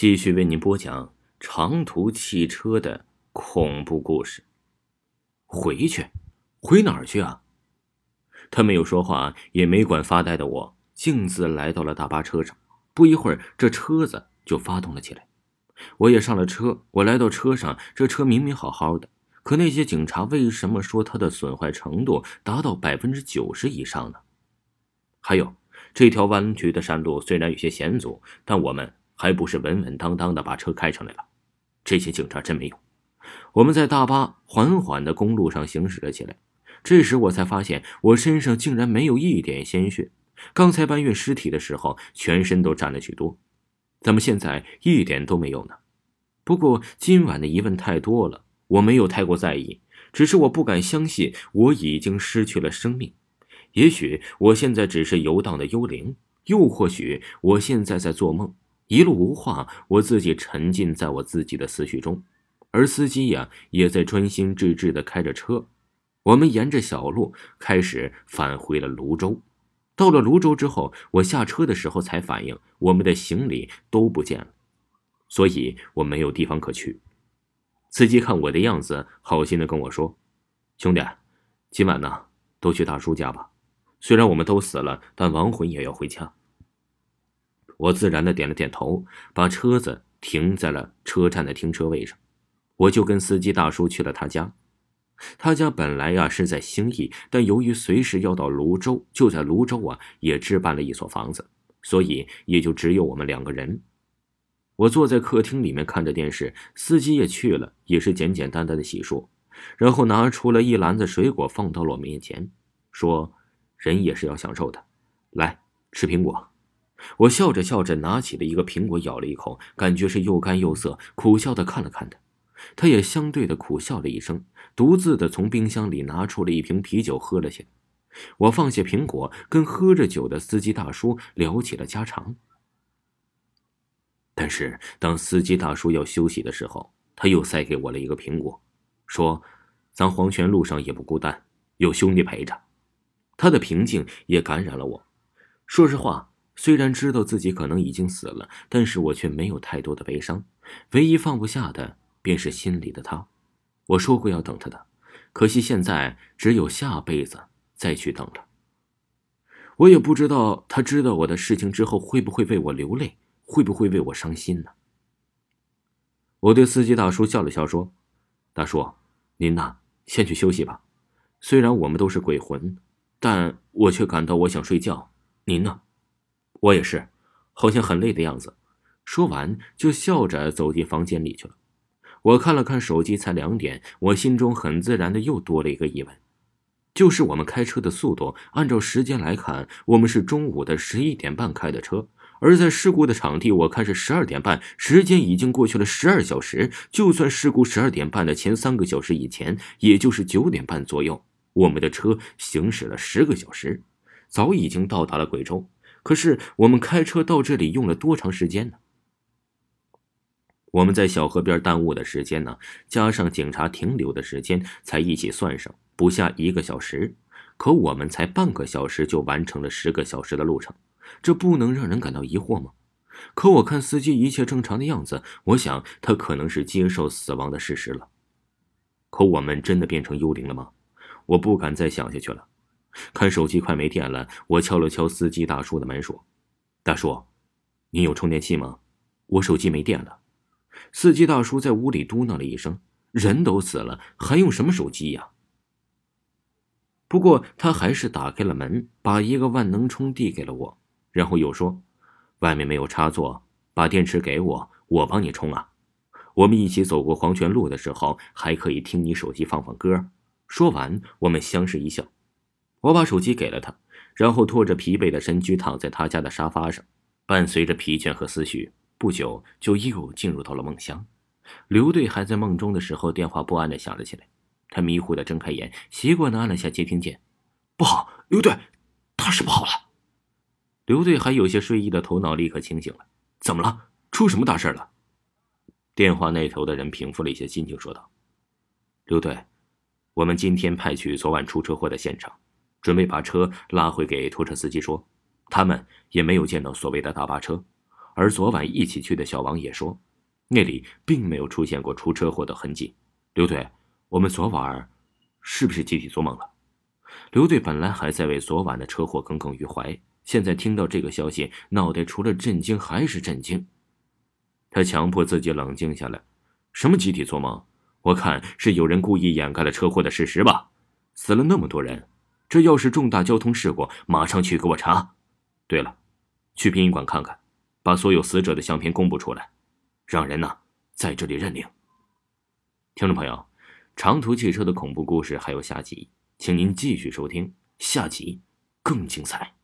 继续为您播讲长途汽车的恐怖故事。回去？回哪儿去啊？他没有说话，也没管发呆的我，径自来到了大巴车上。不一会儿，这车子就发动了起来。我也上了车，我来到车上，这车明明好好的，可那些警察为什么说它的损坏程度达到90%以上呢？还有，这条弯曲的山路虽然有些险阻，但我们还不是稳稳当当的把车开上来了。这些警察真没用。我们在大巴缓缓的公路上行驶了起来。这时我才发现，我身上竟然没有一点鲜血。刚才搬运尸体的时候，全身都沾了许多，怎么现在一点都没有呢？不过今晚的疑问太多了，我没有太过在意，只是我不敢相信我已经失去了生命。也许我现在只是游荡的幽灵，又或许我现在在做梦。一路无话，我自己沉浸在我自己的思绪中，而司机呀，也在专心致志地开着车。我们沿着小路开始返回了泸州。到了泸州之后，我下车的时候才反应，我们的行李都不见了，所以我没有地方可去。司机看我的样子，好心地跟我说：“兄弟，今晚呢，都去大叔家吧。虽然我们都死了，但亡魂也要回家。”我自然地点了点头，把车子停在了车站的停车位上。我就跟司机大叔去了他家。他家本来呀是在兴义，但由于随时要到泸州，就在泸州啊也置办了一所房子，所以也就只有我们2个人。我坐在客厅里面看着电视，司机也去了，也是简简单单的洗漱，然后拿出了一篮子水果放到了我面前，说：“人也是要享受的，来吃苹果。”我笑着笑着拿起了一个苹果，咬了一口，感觉是又干又涩，苦笑的看了看他。他也相对的苦笑了一声，独自的从冰箱里拿出了一瓶啤酒喝了起来。我放下苹果，跟喝着酒的司机大叔聊起了家常。但是当司机大叔要休息的时候，他又塞给我了一个苹果，说：“咱黄泉路上也不孤单，有兄弟陪着。”他的平静也感染了我。说实话，虽然知道自己可能已经死了，但是我却没有太多的悲伤，唯一放不下的便是心里的他。我说过要等他的，可惜现在只有下辈子再去等了。我也不知道他知道我的事情之后会不会为我流泪，会不会为我伤心呢？我对司机大叔笑了笑说：“大叔，您呐，先去休息吧。虽然我们都是鬼魂，但我却感到我想睡觉。您呢？”我也是，好像很累的样子。说完就笑着走进房间里去了。我看了看手机，才2点，我心中很自然的又多了一个疑问，就是我们开车的速度，按照时间来看，我们是中午的11点半开的车，而在事故的场地我看是12点半，时间已经过去了12小时。就算事故12点半的前3个小时以前，也就是9点半左右，我们的车行驶了10个小时，早已经到达了贵州。可是我们开车到这里用了多长时间呢？我们在小河边耽误的时间呢，加上警察停留的时间，才一起算上不下1个小时。可我们才半个小时就完成了10个小时的路程，这不能让人感到疑惑吗？可我看司机一切正常的样子，我想他可能是接受死亡的事实了。可我们真的变成幽灵了吗？我不敢再想下去了。看手机快没电了，我敲了敲司机大叔的门说：“大叔，您有充电器吗？我手机没电了。”司机大叔在屋里嘟囔了一声：“人都死了，还用什么手机呀？”不过他还是打开了门，把一个万能充递给了我，然后又说：“外面没有插座，把电池给我，我帮你充啊。我们一起走过黄泉路的时候，还可以听你手机放放歌。”说完，我们相视一笑。我把手机给了他，然后拖着疲惫的身躯躺在他家的沙发上，伴随着疲倦和思绪，不久就又进入到了梦乡。刘队还在梦中的时候，电话不安地响了起来。他迷糊地睁开眼，习惯地按了下接听键。“不好，刘队，他是跑了。”刘队还有些睡意的头脑立刻清醒了。“怎么了？出什么大事了？”电话那头的人平复了一些心情说道：“刘队，我们今天派去昨晚出车祸的现场，准备把车拉回给拖车司机说，他们也没有见到所谓的大巴车， 而昨晚一起去的小王也说，那里并没有出现过出车祸的痕迹。刘队，我们昨晚是不是集体做梦了？刘队本来还在为昨晚的车祸耿耿于怀，现在听到这个消息，脑袋除了震惊还是震惊。他强迫自己冷静下来，什么集体做梦？我看是有人故意掩盖了车祸的事实吧。死了那么多人，这要是重大交通事故，马上去给我查。对了，去殡仪馆看看，把所有死者的相片公布出来，让人在这里认领。听众朋友，长途汽车的恐怖故事还有下集，请您继续收听，下集更精彩。